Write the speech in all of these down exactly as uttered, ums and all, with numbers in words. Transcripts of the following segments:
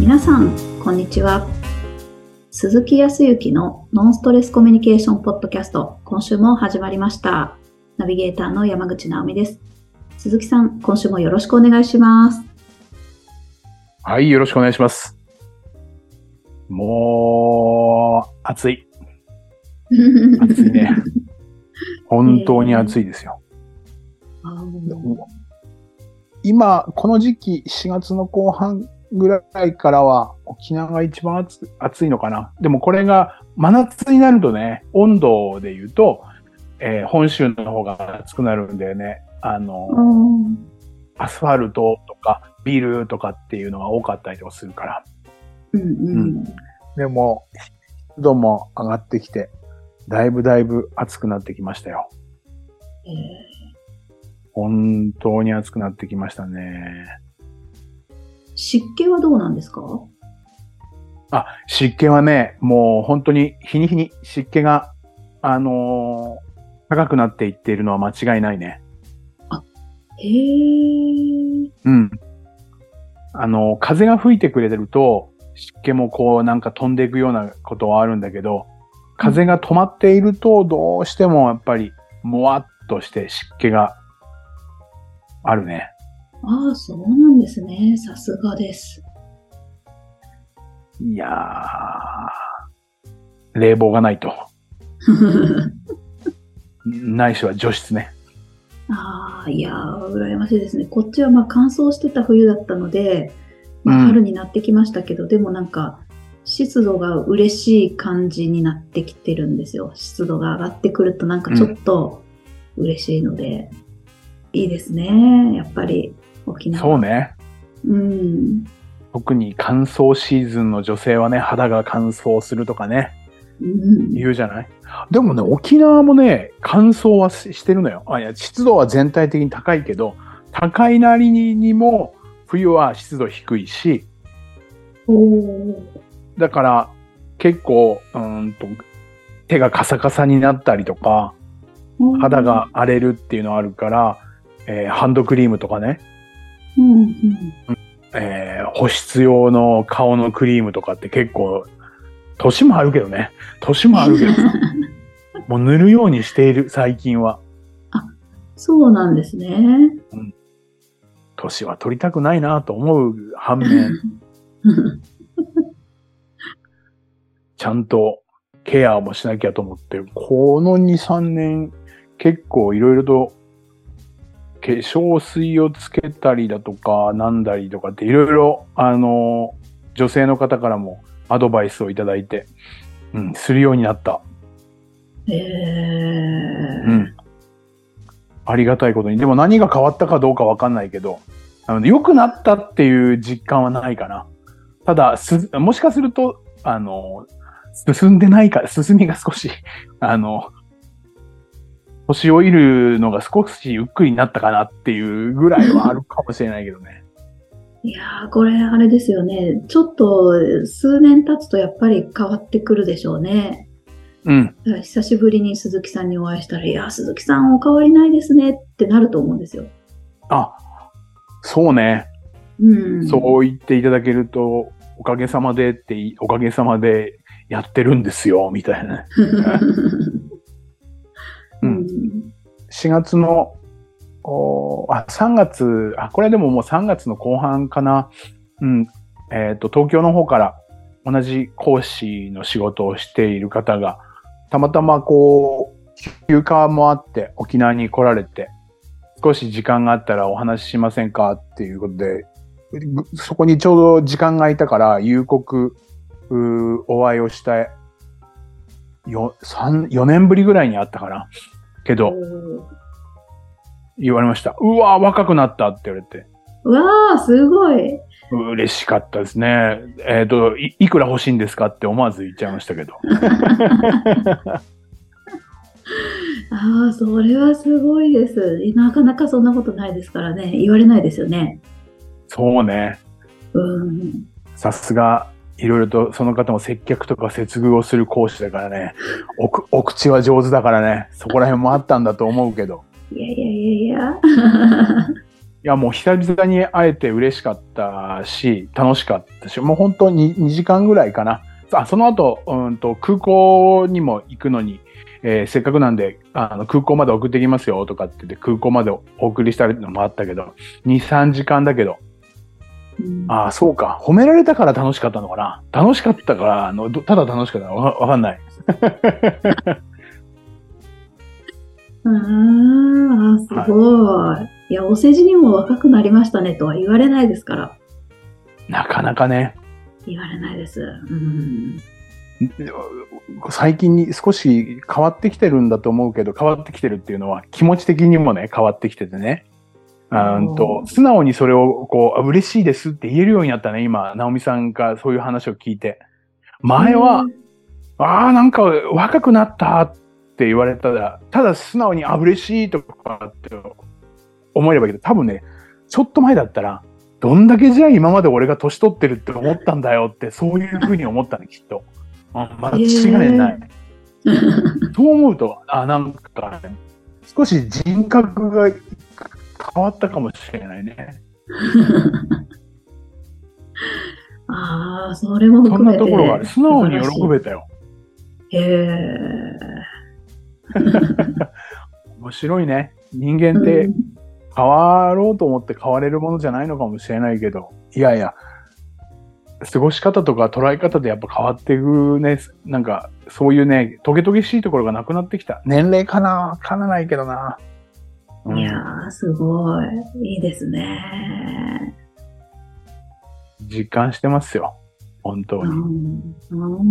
皆さんこんにちは。鈴木康之のノンストレスコミュニケーションポッドキャスト、今週も始まりました。ナビゲーターの山口直美です。鈴木さん、今週もよろしくお願いします。 はい、よろしくお願いします。もう暑い暑いね。本当に暑いですよ。えー、あ今この時期しがつの後半ぐらいからは沖縄が一番 暑, 暑いのかな。でもこれが真夏になるとね、温度で言うと、えー、本州の方が暑くなるんだよね。あのアスファルトとかビルとかっていうのが多かったりとかするから。 うんうんうん、 でも湿度も上がってきて、だいぶだいぶ暑くなってきましたよ。 えー、 本当に暑くなってきましたね。 湿気はどうなんですか？ あ、湿気はね、もう本当に日に日に湿気が、あのー、高くなっていっているのは間違いないね。 あ、へー。 うん。あの、風が吹いてくれてると、湿気もこうなんか飛んでいくようなことはあるんだけど、風が止まっているとどうしてもやっぱりもわっとして湿気があるね。 ああ、そうなんですね。さすがです。 いやー、冷房がないと。ないしは除湿ね。 ああ、いやー、羨ましいですね。こっちはまあ乾燥してた冬だったので、まあ、春になってきましたけど、うん、でもなんか湿度が嬉しい感じになってきてるんですよ。湿度が上がってくるとなんかちょっと嬉しいので、うん、いいですね。やっぱり沖縄。 そうね。 うん。 特に乾燥シーズンの女性はね、肌が乾燥するとかね、うん、言うじゃない。でもね、沖縄もね、乾燥はしてるのよ。あ、いや、湿度は全体的に高いけど、高いなりにも冬は湿度低いし、 おだから結構うんと手がカサカサになったりとか、肌が荒れるっていうのがあるから、えー、ハンドクリームとかね、 うんうんえー、保湿用の顔のクリームとかって結構年もあるけどね、年もあるけどもう塗るようにしている最近は。 あ、そうなんですね。 うん、年は取りたくないなと思う反面ちゃんとケアもしなきゃと思って、このに、さんねん結構いろいろと化粧水をつけたりだとかなんだりとかっていろいろあの女性の方からもアドバイスをいただいて、うん、するようになった。 へー。 うん。ありがたいことに。でも何が変わったかどうかわかんないけど、あの良くなったっていう実感はないかな。ただすもしかするとあの進んでないか、進みが少しあの年老いるのが少しゆっくりになったかなっていうぐらいはあるかもしれないけどね。 いやー、これあれですよね。ちょっと数年経つとやっぱり変わってくるでしょうね。 うん。 だから久しぶりに鈴木さんにお会いしたら、いやー、鈴木さんお変わりないですねってなると思うんですよ。 あ、そうね。うん。そう言っていただけると、おかげさまでって、おかげさまでやってるんですよ、みたいな。うん、しがつのあさんがつあこれでももうさんがつの後半かな、うんえー、と東京の方から同じ講師の仕事をしている方がたまたまこう休暇もあって沖縄に来られて、少し時間があったらお話ししませんかっていうことで、そこにちょうど時間が空いたから夕刻お会いをしたよねんぶりぐらいに会ったかな。けど、言われました。うわー、若くなったって言われて。 うわー、すごい。 嬉しかったですね。えっとい、いくら欲しいんですかって思わず言っちゃいましたけど。 ああ、それはすごいです。なかなかそんなことないですからね。言われないですよね。 そうね。 うん。 さすが。いろいろとその方も接客とか接遇をする講師だからね、おく、お口は上手だからね、そこら辺もあったんだと思うけど。 いやいやいやいや。 や、もう久々に会えて嬉しかったし、楽しかったし、もう本当ににじかんぐらいかな。あ、その後、うんと、空港にも行くのに、えーせっかくなんで、あの、空港まで送ってきますよとかって言って、空港までお送りしたのもあったけど、に、さんじかんだけど、 うん、 ああ、そうか。褒められたから楽しかったのかな。楽しかったから、あの、どただ楽しかったのわわかんない。 ああ、すはい。 ごい。いや、お世辞にも若くなりましたねとは言われないですから。 なかなかね、 言われないです。うん。 最近に少し変わってきてるんだと思うけど、変わってきてるっていうのは気持ち的にもね、変わってきててね。うんと、 おー、 素直にそれをこう、あ嬉しいですって言えるようになったね、今、直美さんがそういう話を聞いて。 へ前は、 え。 ああ、なんか若くなったって言われたら、ただ素直に、あ、嬉しいとかって思えればいいけど、多分ね、ちょっと前だったら、どんだけじゃあ今まで俺が年取ってるって思ったんだよって、そういうふうに思ったね、きっと。あ、間へ違いなえ。 い。そう思うと、あ、なんか、少し人格が変わったかもしれないね。 ああ、それもそん含めなところがある。 て素素直に晴らし喜べたよ。 い。へえ。 面白いね。人間うってん。 変わろうと思って変われるものじゃないのかもしれないけど、いやいや、過ごし方とか捉え方でやっぱ変わっていくね。なんか、そういうね、トゲトゲしいところがなくなってきた。年齢かなわからないけどな。ういやん。 ー、すごい。いいですね。 実感してますよ。本当うに。 ん。うん。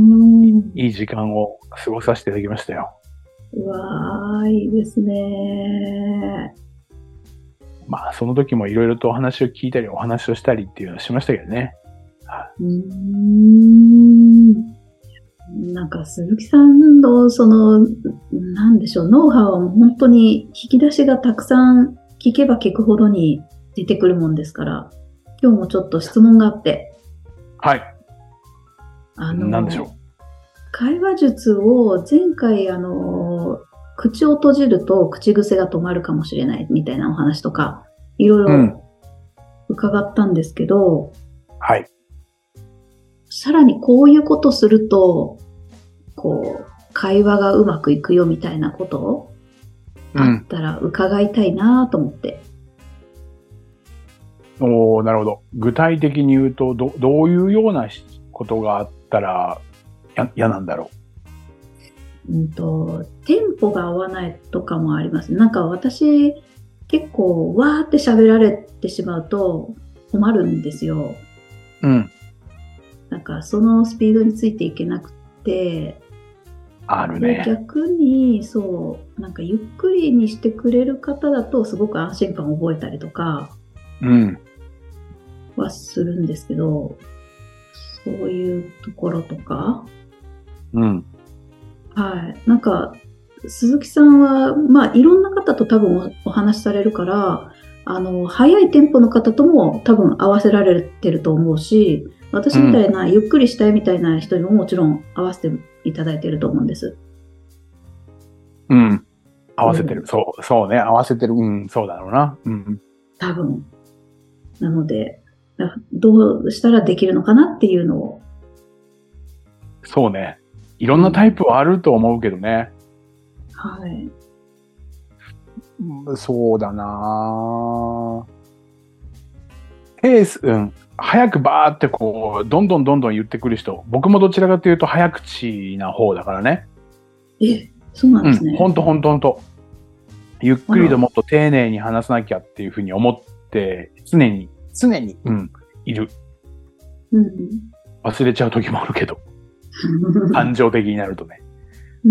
いい時間を過ごさせていただきましたよ。 うわー、いいですね。 まあ、その時もいろいろとお話を聞いたり、お話をしたりっていうのをしましたけどね。 うーん。なんか鈴木さんのその、なんでしょう、ノウハウは本当に引き出しがたくさん聞けば聞くほどに出てくるもんですから、今日もちょっと質問があって、 はい。 あなんでしょの、会話術を前回あの、口を閉じると口癖が止まるかもしれないみたいなお話とか、いろいうん。 ろ伺ったんですけど、 はい。 さらにこういうことすると、こう、会話がうまくいくよみたいなことあっうん。 たら伺いたいなと思って。 おー、なるほど。具体的に言うと、ど、どういうようなことがあったら、や、嫌なんだろうんと、テンポが合わないとかもあります。なんか私、結構わーって喋られてしまうと困るんですよ。 う。うん。 なんかそのスピードについていけなくて、で、 あるね。 逆に、そう、なんかゆっくりにしてくれる方だとすごく安心感を覚えたりとかうん。 はするんですけど、そういうところとか、 うん。 はい。なんか、鈴木さんは、まあ、いろんな方と多分お、お話しされるから、あの、早いテンポの方とも多分合わせられてると思うし、私みたいな、ゆっくりしたいみたいな人にももちろん合わせていただいてると思うんです。 うん。合わせてる。 うん、 そう、そうね。合わせてる。うん、そうだろうな。うん。 多分。なので、どうしたらできるのかなっていうのを。 そうね。いろんなタイプはあると思うけどね。 はい。 うん、そうだなペース、うん。早くバーってこう、どんどんどんどん言ってくる人。僕もどちらかというと早口な方だからね。 え、そうなんうん。 ですね。 ほんとほんとほんと。ゆっあら。 くりともっと丁寧に話さなきゃっていうふうに思って、常に、常に、うん、いる。 うん。 忘れちゃう時もあるけど。感情的になるとね。 うん。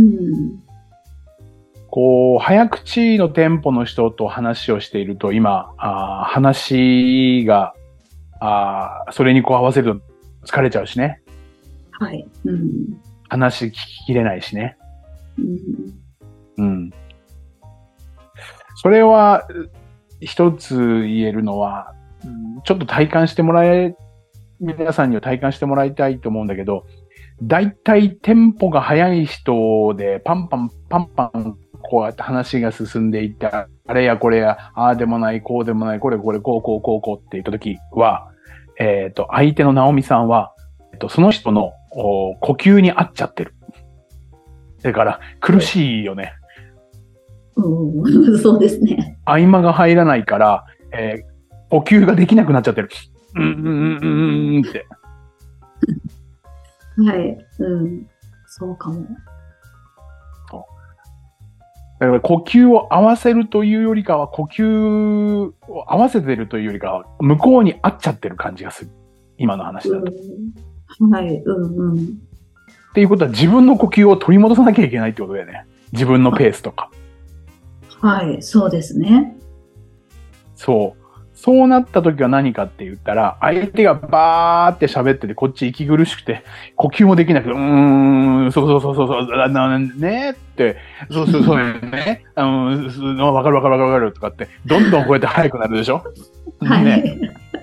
こう、早口のテンポの人と話をしていると、今、あ話が、あそれにこう合わせると疲れちゃうしね。 はい。うん。 話聞ききれないしね。 うん。 うん。それは、一つ言えるのは、うん、ちょっと体感してもらえ、皆さんには体感してもらいたいと思うんだけど、だいたいテンポが速い人でパンパンパンパンこうやって話が進んでいって、あれやこれや、ああでもない、こうでもない、これこれ、こうこうこうこうって言ったときは、えっと、相手の直美さんは、えっと、その人の呼吸に合っちゃってる。だから、苦しいよね。 うん、そうですね。 合間が入らないから、えー、呼吸ができなくなっちゃってる。うんうんうんうんって。 はい。うん。そうかも。 そう。だから呼吸を合わせるというよりかは、呼吸を合わせてるというよりかは、向こうに合っちゃってる感じがする。今の話だと。 うん、はい。うんうん。 っていうことは自分の呼吸を取り戻さなきゃいけないってことだよね。自分のペースとか。 はい。そうですね。 そう。そうなった時は何かって言ったら、相手がバーって喋ってて、こっち息苦しくて、呼吸もできなくて、うーん、そうそうそうそう、そうあのねって、そうそうそうね、あの、わかるわかるわかるわかるとかって、どんどんこうやって速くなるでしょはい。 ね。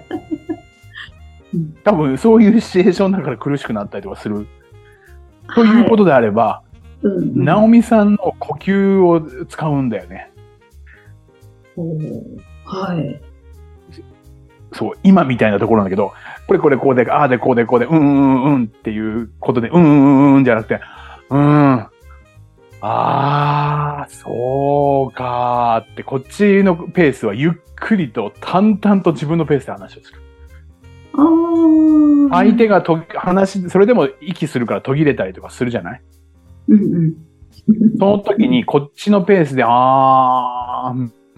多分そういうシチュエーションだから苦しくなったりとかする。ということであれば、はいうんうん、直美さんの呼吸を使うんだよね。 おはい。 そう、今みたいなところなんだけど、これこれこうで、ああでこうでこうで、うんうんうんっていうことで、うんうんうんじゃなくて、うん、ああ、そうかーって、こっちのペースはゆっくりと淡々と自分のペースで話をする。 あ相手がと話、それでも息するから途切れたりとかするじゃないうんうん。 その時にこっちのペースで、あー、うん、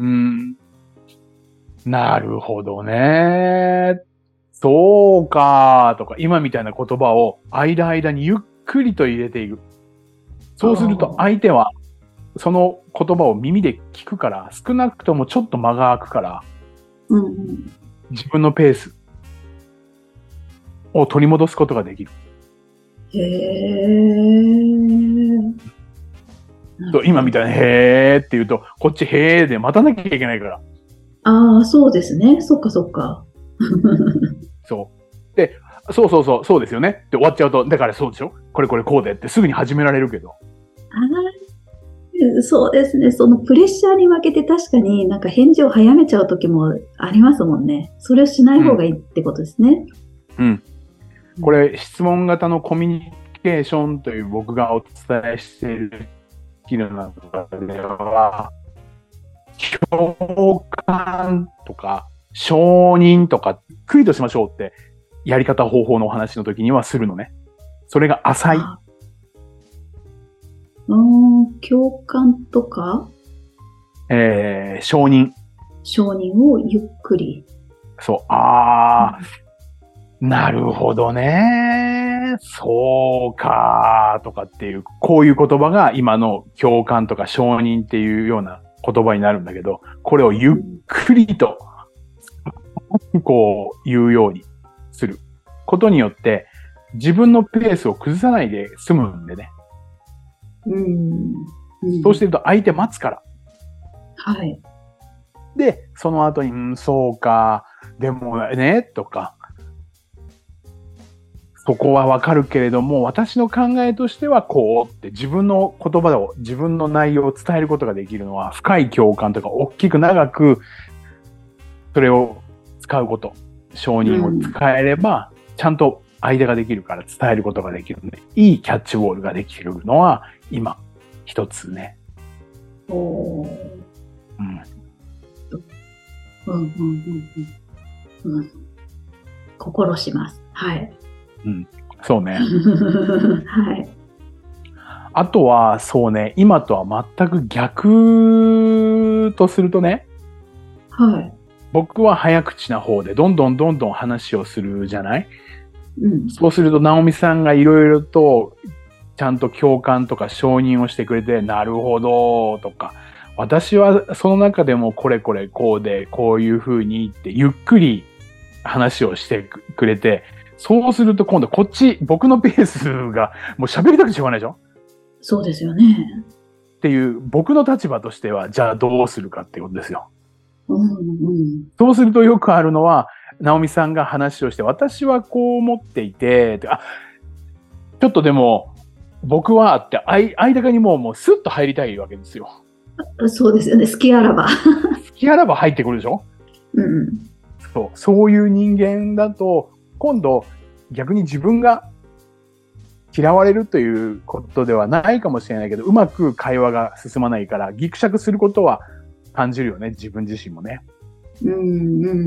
なるほどね。そうかーとか、今みたいな言葉を間間にゆっくりと入れていく。そうすると相手はその言葉を耳で聞くから、少なくともちょっと間が空くから、 うんうん、 自分のペースを取り戻すことができる。 へー。 そう今みたいなへーって言うと、こっちへーで待たなきゃいけないから。 ああ、そうですね。そっかそっか。 そう。で、そうそうそう、そうですよね。って終わっちゃうと、だからそうでしょこれこれこうでってすぐに始められるけど。 あそうですね。そのプレッシャーに負けて確かになんか返事を早めちゃう時もありますもんね。それをしない方がいいってことですね。 うん。うん、これ、質問型のコミュニケーションという僕がお伝えしているスキルの中では、共感とか承認とか、ゆっくりとしましょうってやり方方法のお話の時にはするのね。それが浅い。 うん、共感とか、 えー、承認。 承認をゆっくり。 そう。あー、うん、なるほどね。そうかとかっていう、こういう言葉が今の共感とか承認っていうような言葉になるんだけど、これをゆっくりと、こう言うようにすることによって、自分のペースを崩さないで済むんでね。 うんうん、 そうしてると相手待つから。 はい。 で、その後に、うん、そうか、でもね、とか、そこはわかるけれども、私の考えとしてはこうって自分の言葉を、自分の内容を伝えることができるのは、深い共感とか大きく長く、それを使うこと、承認を使えれば、うん、ちゃんと間ができるから伝えることができるので、いいキャッチボールができるのは、今、一つね。 おー。うん。うんうんうんうん。うん。心します。はい。 うん。そうね。 はい。 あとは、そうね、今とは全く逆とするとね。 はい。 僕は早口な方で、どんどんどんどん話をするじゃない？ うん。 そうすると、直美さんがいろいろと、ちゃんと共感とか承認をしてくれて、なるほど、とか、私はその中でもこれこれこうで、こういう風にってゆっくり話をしてくれて、そうすると今度こっち、僕のペースがもう喋りたくてしょうがないでしょ？ そうですよね。 っていう僕の立場としては、じゃあどうするかってことですよ。 うんうん、 そうするとよくあるのは、直美さんが話をして、私はこう思っていて、あ、ちょっとでも僕はって間にもうもうスッと入りたいわけですよ。 そうですよね。好きあらば。 好きあらば入ってくるでしょ。 うん。 そう。そういう人間だと、今度逆に自分が嫌われるということではないかもしれないけど、うまく会話が進まないから、ギクシャクすることは感じるよね。自分自身もね。 うん、うん。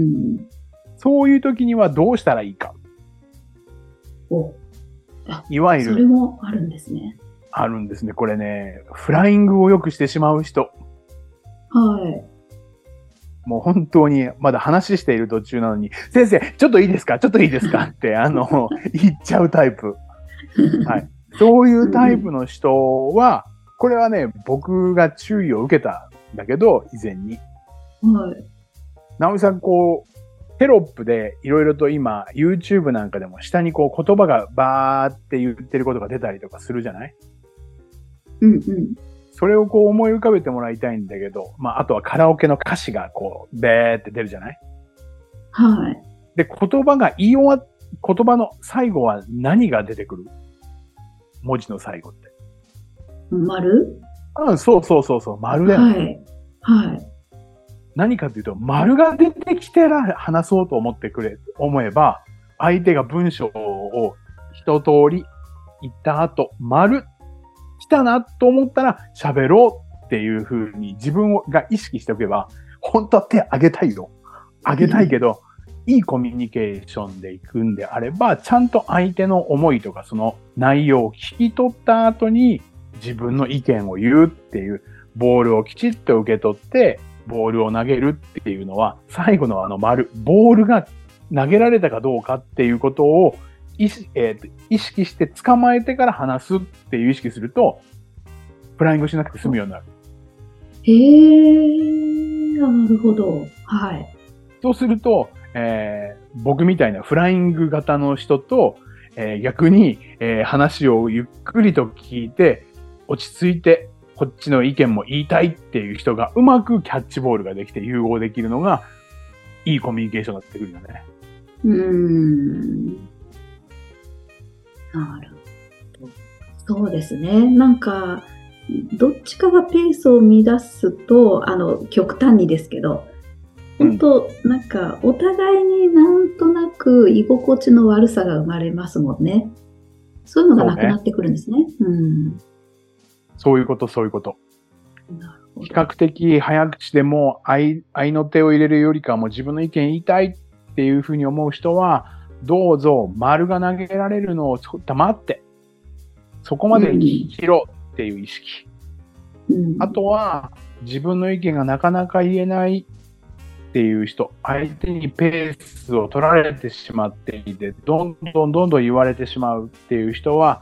そういう時にはどうしたらいいか。 お、あ、 いわゆる、 それもあるんですね。 あるんですね。これね、フライングをよくしてしまう人。 はい。 もう本当にまだ話している途中なのに、先生、ちょっといいですかちょっといいですかって、あの、言っちゃうタイプ。はい。そういうタイプの人は、これはね、僕が注意を受けたんだけど、以前に。 はい。 直美さん、こう、テロップでいろいろと今、YouTube なんかでも下にこう言葉がバーって言ってることが出たりとかするじゃない？ うんうん。 それをこう思い浮かべてもらいたいんだけど、まあ、あとはカラオケの歌詞がこう、ベーって出るじゃない？ はい。 で、言葉が言い終わっ、言葉の最後は何が出てくる？文字の最後って。 丸？ うん、そうそうそうそう、丸だよね。 はい。はい。 何かというと、丸が出てきたら話そうと思ってくれ、思えば、相手が文章を一通り言った後、丸来たなと思ったら喋ろうっていう風に自分が意識しておけば、本当は手あげたいよ。あげたいけど、いいコミュニケーションで行くんであれば、ちゃんと相手の思いとかその内容を聞き取った後に自分の意見を言うっていう、ボールをきちっと受け取って、ボールを投げるっていうのは、最後のあの丸、ボールが投げられたかどうかっていうことを意識、えー、意識して捕まえてから話すっていう意識すると、フライングしなくて済むようになる。 へー、なるほど。はい。 そうすると、えー、僕みたいなフライング型の人と、えー、逆に、えー、話をゆっくりと聞いて、落ち着いて、こっちの意見も言いたいっていう人がうまくキャッチボールができて融合できるのが、いいコミュニケーションになってくるよね。 うーん。なるほど。そうですね。なんか、どっちかがペースを乱すと、あの、極端にですけど、本当、うん、なんか、お互いになんとなく居心地の悪さが生まれますもんね。そういうのがなくなってくるんですね。そうね。うん。 そういうこと、そういうこと。 なるほど。 比較的早口でも愛、愛の手を入れるよりかも自分の意見言いたいっていうふうに思う人は、どうぞ丸が投げられるのを黙って、そこまで聞きろっていう意識。うん、あとは、自分の意見がなかなか言えないっていう人、相手にペースを取られてしまっていて、どんどんどんどん言われてしまうっていう人は、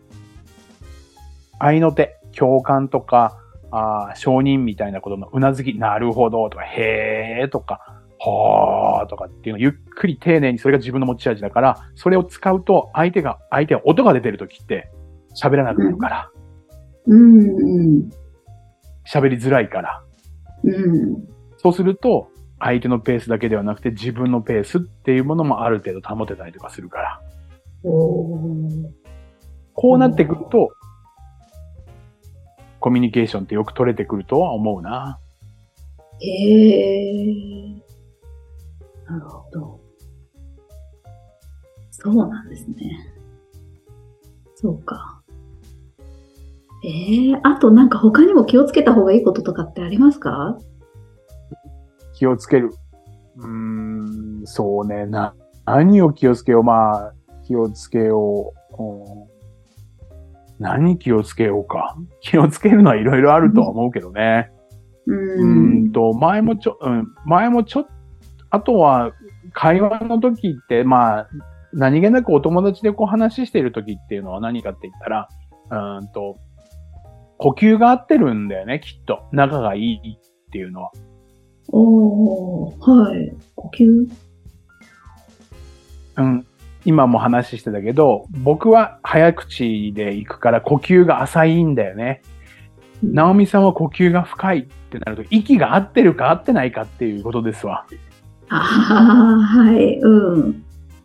愛の手、共感とか、あ承認みたいなことのうなずき、なるほどとか、へーとか、はーとかっていうのをゆっくり丁寧にそれが自分の持ち味だから、それを使うと相手が、相手は音が出てるときって喋らなくなるから。うん。喋りづらいから。うん。そうすると、相手のペースだけではなくて自分のペースっていうものもある程度保てたりとかするから。おこうなってくると、コミュニケーションってよく取れてくるとは思うな。へえ。なるほど。 そうなんですね。そうか。ええ、あとなんか他にも気をつけた方がいいこととかってありますか？ 気をつける。うーん、そうね。な、何を気をつけよう。まあ、気をつけよう。うん、何気をつけようか。気をつけるのはいろいろあるとは思うけどね。うん、うんと、前もちょ、うん、前もちょっと、あとは、会話の時って、まあ、何気なくお友達でこう話している時っていうのは何かって言ったら、うんと、呼吸が合ってるんだよね、きっと。仲がいいっていうのは。 おー、はい。呼吸？ うん。今も話してたけど、僕は早口で行くから呼吸が浅いんだよね。うん、直美さんは呼吸が深いってなると、息が合ってるか合ってないかっていうことですわ。 ああ、はい、うん。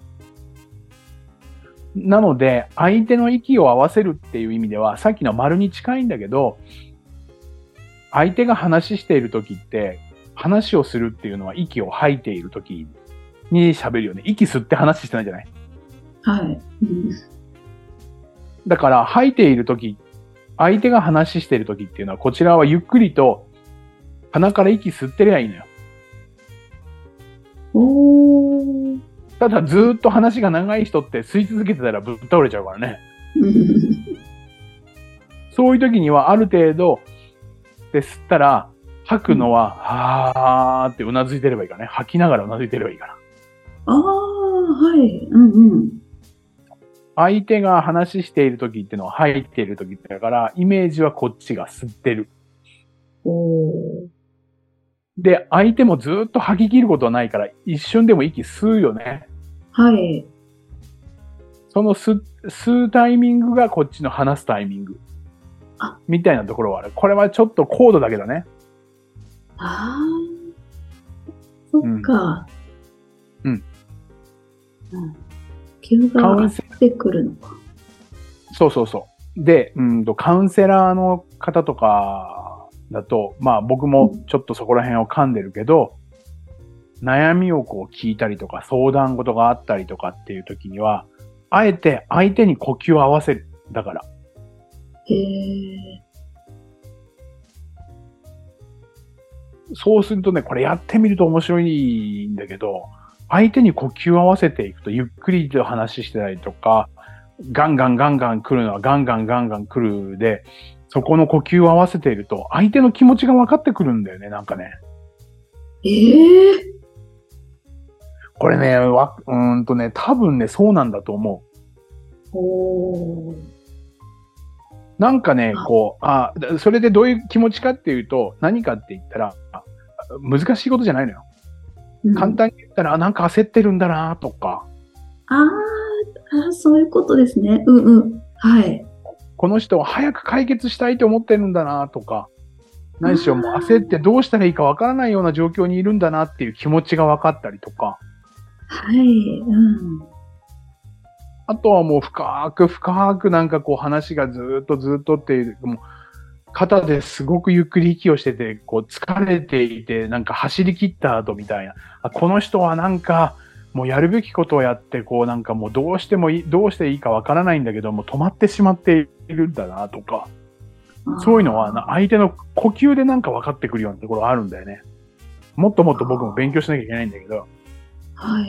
なので、相手の息を合わせるっていう意味では、さっきの丸に近いんだけど、 相手が話しているときって、話をするっていうのは息を吐いているときに喋るよね。息吸って話してないじゃない？ はい。うん、 だから、吐いているとき、相手が話しているときっていうのは、こちらはゆっくりと鼻から息吸ってりゃいいのよ。 おー。 ただ、ずーっと話が長い人って吸い続けてたらぶっ倒れちゃうからね。そういうときには、ある程度で吸ったら、吐くのは、はーってうなずいてればいいからね。吐きながらうなずいてればいいから。 ああ、はい。うんうん。 相手が話しているときっていうのは吐いているときだから、イメージはこっちが吸ってる。 おー。 で、相手もずーっと吐き切ることはないから、一瞬でも息吸うよね。 はい。 その吸、吸うタイミングがこっちの話すタイミング。 あ、 みたいなところはある。これはちょっと高度だけどね。 ああ、そっか。 うん。 うん。急がってくるのか。 そうそうそう。で、うんと、カウンセラーの方とかだと、まあ僕もちょっとそこら辺を噛んでるけど、うん、悩みをこう聞いたりとか相談事があったりとかっていう時には、あえて相手に呼吸を合わせる。だから。 へー。 そうするとね、これやってみると面白いんだけど、相手に呼吸を合わせていくとゆっくりと話してたりとか、ガンガンガンガン来るのはガンガンガンガン来るで、そこの呼吸を合わせていると相手の気持ちが分かってくるんだよね、なんかね。 ええー、 これね、わ、うーんとね、多分ね、そうなんだと思う。おー。 なんかね、こう、あ、それでどういう気持ちかっていうと、何かって言ったら、難しいことじゃないのよ。うん、簡単に言ったら、なんか焦ってるんだなとか。 ああ、そういうことですね。うんうん。はい。 この人は早く解決したいと思ってるんだなとか。何しろもう焦ってどうしたらいいかわからないような状況にいるんだなっていう気持ちが分かったりとか。 はい。うん。 あとはもう深く深くなんかこう話がずっとずっとっていう、もう肩ですごくゆっくり息をしてて、こう疲れていて、なんか走り切った後みたいな。あ、この人はなんかもうやるべきことをやって、こうなんかもうどうしてもいい、どうしていいかわからないんだけども、止まってしまっているんだなとか。そういうのは相手の呼吸でなんか分かってくるようなところがあるんだよね。もっともっと僕も勉強しなきゃいけないんだけど。 はい。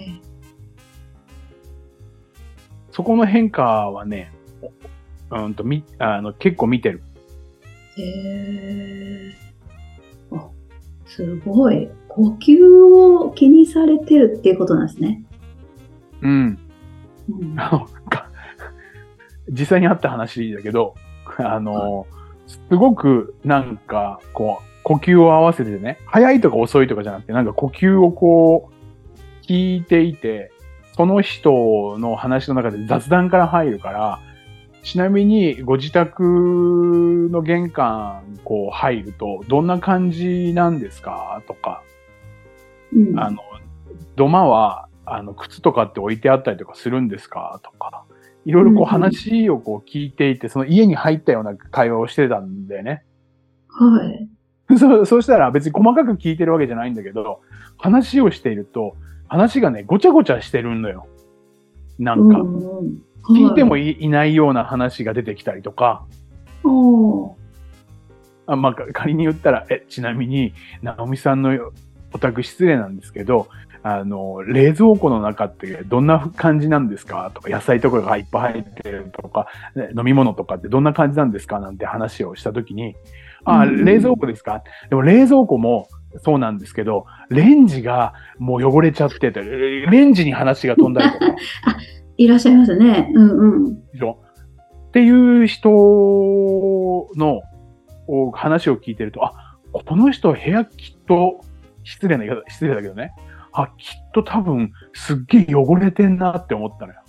そこの変化はね、うんとみあの結構見てる。 へえ。あ、すごい。呼吸を気にされてるっていうことなんですね。 うん。 うん、 あの実際にあった話だけど、あの、すごくなんかこう呼吸を合わせてね、早いとか遅いとかじゃなくて、なんか呼吸をこう聞いていて、その人の話の中で雑談から入るから、ちなみにご自宅の玄関こう入るとどんな感じなんですかとか、うん、あの土間はあの靴とかって置いてあったりとかするんですかとか、いろいろこう話をこう聞いていて、その家に入ったような会話をしてたんだよね。 はい。 そう、そうしたら別に細かく聞いてるわけじゃないんだけど、話をしていると話がねごちゃごちゃしてるんだよ。なんか。うんうん、聞いても い,、はい、いないような話が出てきたりとか。 おあ、まあ、仮に言ったら、え、ちなみに、直美さんのお宅失礼なんですけど、あの、冷蔵庫の中ってどんな感じなんですかとか、野菜とかがいっぱい入ってるとか、飲み物とかってどんな感じなんですかなんて話をしたときに、あ、冷蔵庫ですか、でも冷蔵庫もそうなんですけど、レンジがもう汚れちゃってて、レンジに話が飛んだりとか。 いらっしゃいますね。うんうん。 っていう人の話を聞いてると、あ、この人部屋きっと、失礼な言い方、失礼だけどね。あ、きっと多分すっげえ汚れてんなって思ったの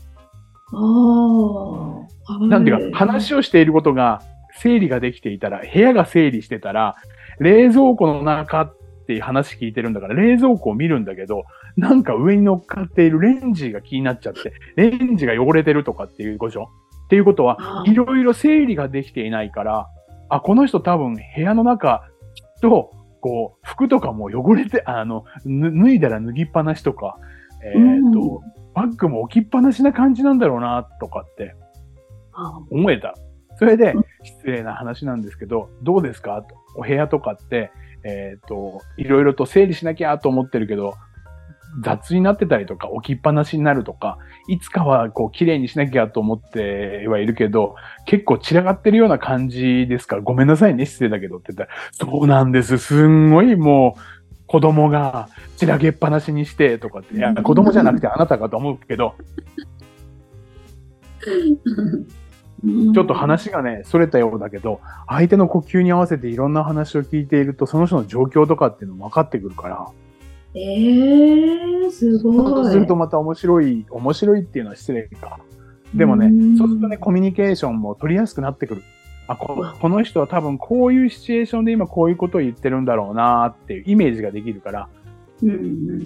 よ。ああ。なんていうか、話をしていることが整理ができていたら、部屋が整理してたら、冷蔵庫の中っていう話聞いてるんだから、冷蔵庫を見るんだけど、なんか上に乗っかっているレンジが気になっちゃって、レンジが汚れてるとかっていうことでしょっていうことは、いろいろ整理ができていないから、あ、この人多分部屋の中と、こう、服とかも汚れて、あの、脱いだら脱ぎっぱなしとか、えっと、バッグも置きっぱなしな感じなんだろうな、とかって思えた。それで、失礼な話なんですけど、どうですかと。お部屋とかって、えっと、いろいろと整理しなきゃと思ってるけど、雑になってたりとか、置きっぱなしになるとか、いつかはこう、綺麗にしなきゃと思ってはいるけど、結構散らがってるような感じですから、ごめんなさいね、失礼だけどって言ったら、そうなんです。すんごいもう、子供が散らげっぱなしにしてとかって、いや、子供じゃなくてあなたかと思うけど、ちょっと話がね、逸れたようだけど、相手の呼吸に合わせていろんな話を聞いていると、その人の状況とかっていうのも分かってくるから、 ええー、すごい。 そうするとまた面白い、面白いっていうのは失礼か。でもね、そうするとね、コミュニケーションも取りやすくなってくる。あ、こ、この人は多分こういうシチュエーションで今こういうことを言ってるんだろうなっていうイメージができるから、 うんうん、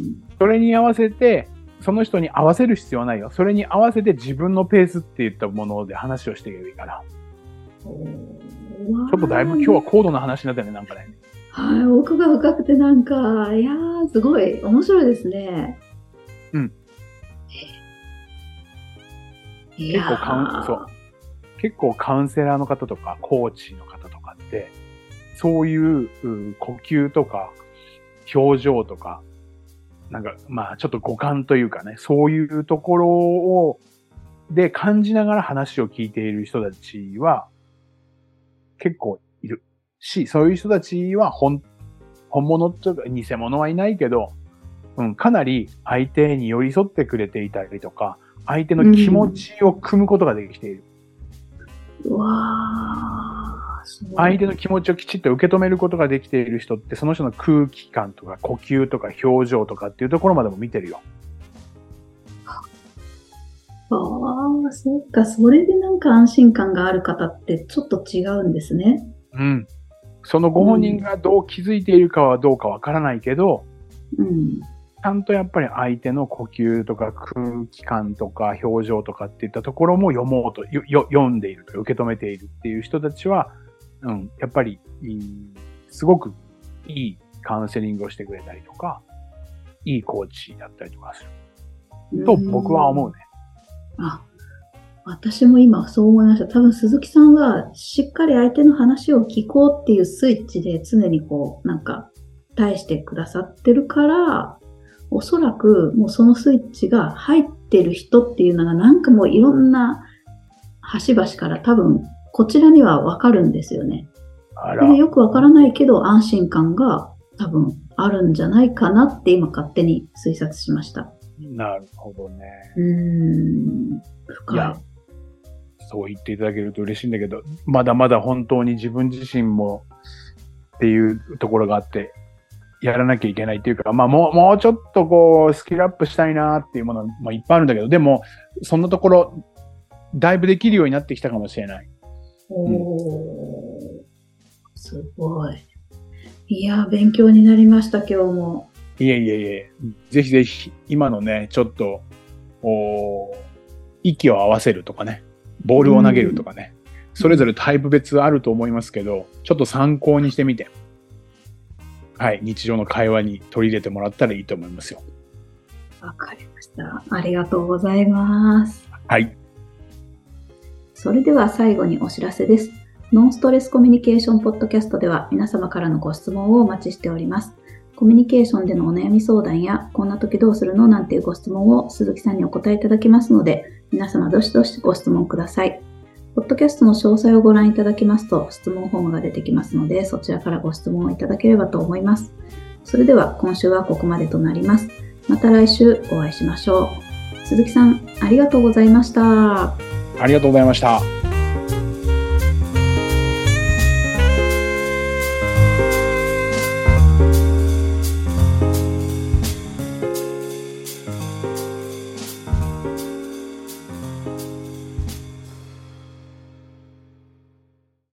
それに合わせて、その人に合わせる必要はないよ。それに合わせて自分のペースっていったもので話をしていけばいいから。ちょっとだいぶ今日は高度な話になったよね、なんかね。 はい、奥が深くてなんか、いやー、すごい面白いですね。 うん。結構カウン、そう。結構カウンセラーの方とか、コーチの方とかって、そういう、う呼吸とか、表情とか、なんか、まあ、ちょっと五感というかね、そういうところを、で感じながら話を聞いている人たちは、結構いる。し、そういう人たちは本、本物というか偽物はいないけど、うん、かなり相手に寄り添ってくれていたりとか、相手の気持ちを汲むことができている。 うん、うわー、すごい。 相手の気持ちをきちっと受け止めることができている人って、その人の空気感とか呼吸とか表情とかっていうところまでも見てるよ。 ああ、そっか。それでなんか安心感がある方ってちょっと違うんですね。 うん。そのご本人がどう気づいているかはどうかわからないけど、 うん、 ちゃんとやっぱり相手の呼吸とか空気感とか表情とかっていったところも読もうと、よよ読んでいると受け止めているっていう人たちは、うん、やっぱり、すごくいいカウンセリングをしてくれたりとか、いいコーチだったりとかする。と僕は思うね。 あ、私も今そう思いました。多分鈴木さんはしっかり相手の話を聞こうっていうスイッチで常にこう、なんか、対してくださってるから、おそらくもうそのスイッチが入ってる人っていうのがなんかもういろんな端々から多分こちらにはわかるんですよね。 あら。 よくわからないけど安心感が多分あるんじゃないかなって今勝手に推察しました。 なるほどね。 うーん。深い。いや、 そう言っていただけると嬉しいんだけど、まだまだ本当に自分自身もっていうところがあって、やらなきゃいけないっていうか、まあもう、もうちょっとこう、スキルアップしたいなっていうものもいっぱいあるんだけど、でも、そんなところ、だいぶできるようになってきたかもしれない。 おー、うん、すごい。いや、勉強になりました、今日も。 いえいえいえ、ぜひぜひ、今のね、ちょっと、お息を合わせるとかね、ボールを投げるとかね、うん、それぞれタイプ別あると思いますけど、ちょっと参考にしてみて。はい。日常の会話に取り入れてもらったらいいと思いますよ。 わかりました。ありがとうございます。 はい。 それでは最後にお知らせです。ノンストレスコミュニケーションポッドキャストでは皆様からのご質問をお待ちしております。コミュニケーションでのお悩み相談や、こんな時どうするのなんていうご質問を鈴木さんにお答えいただきますので、皆様どしどしご質問ください。ポッドキャストの詳細をご覧いただきますと質問フォームが出てきますので、そちらからご質問をいただければと思います。それでは今週はここまでとなります。また来週お会いしましょう。鈴木さん、ありがとうございました。 ありがとうございました。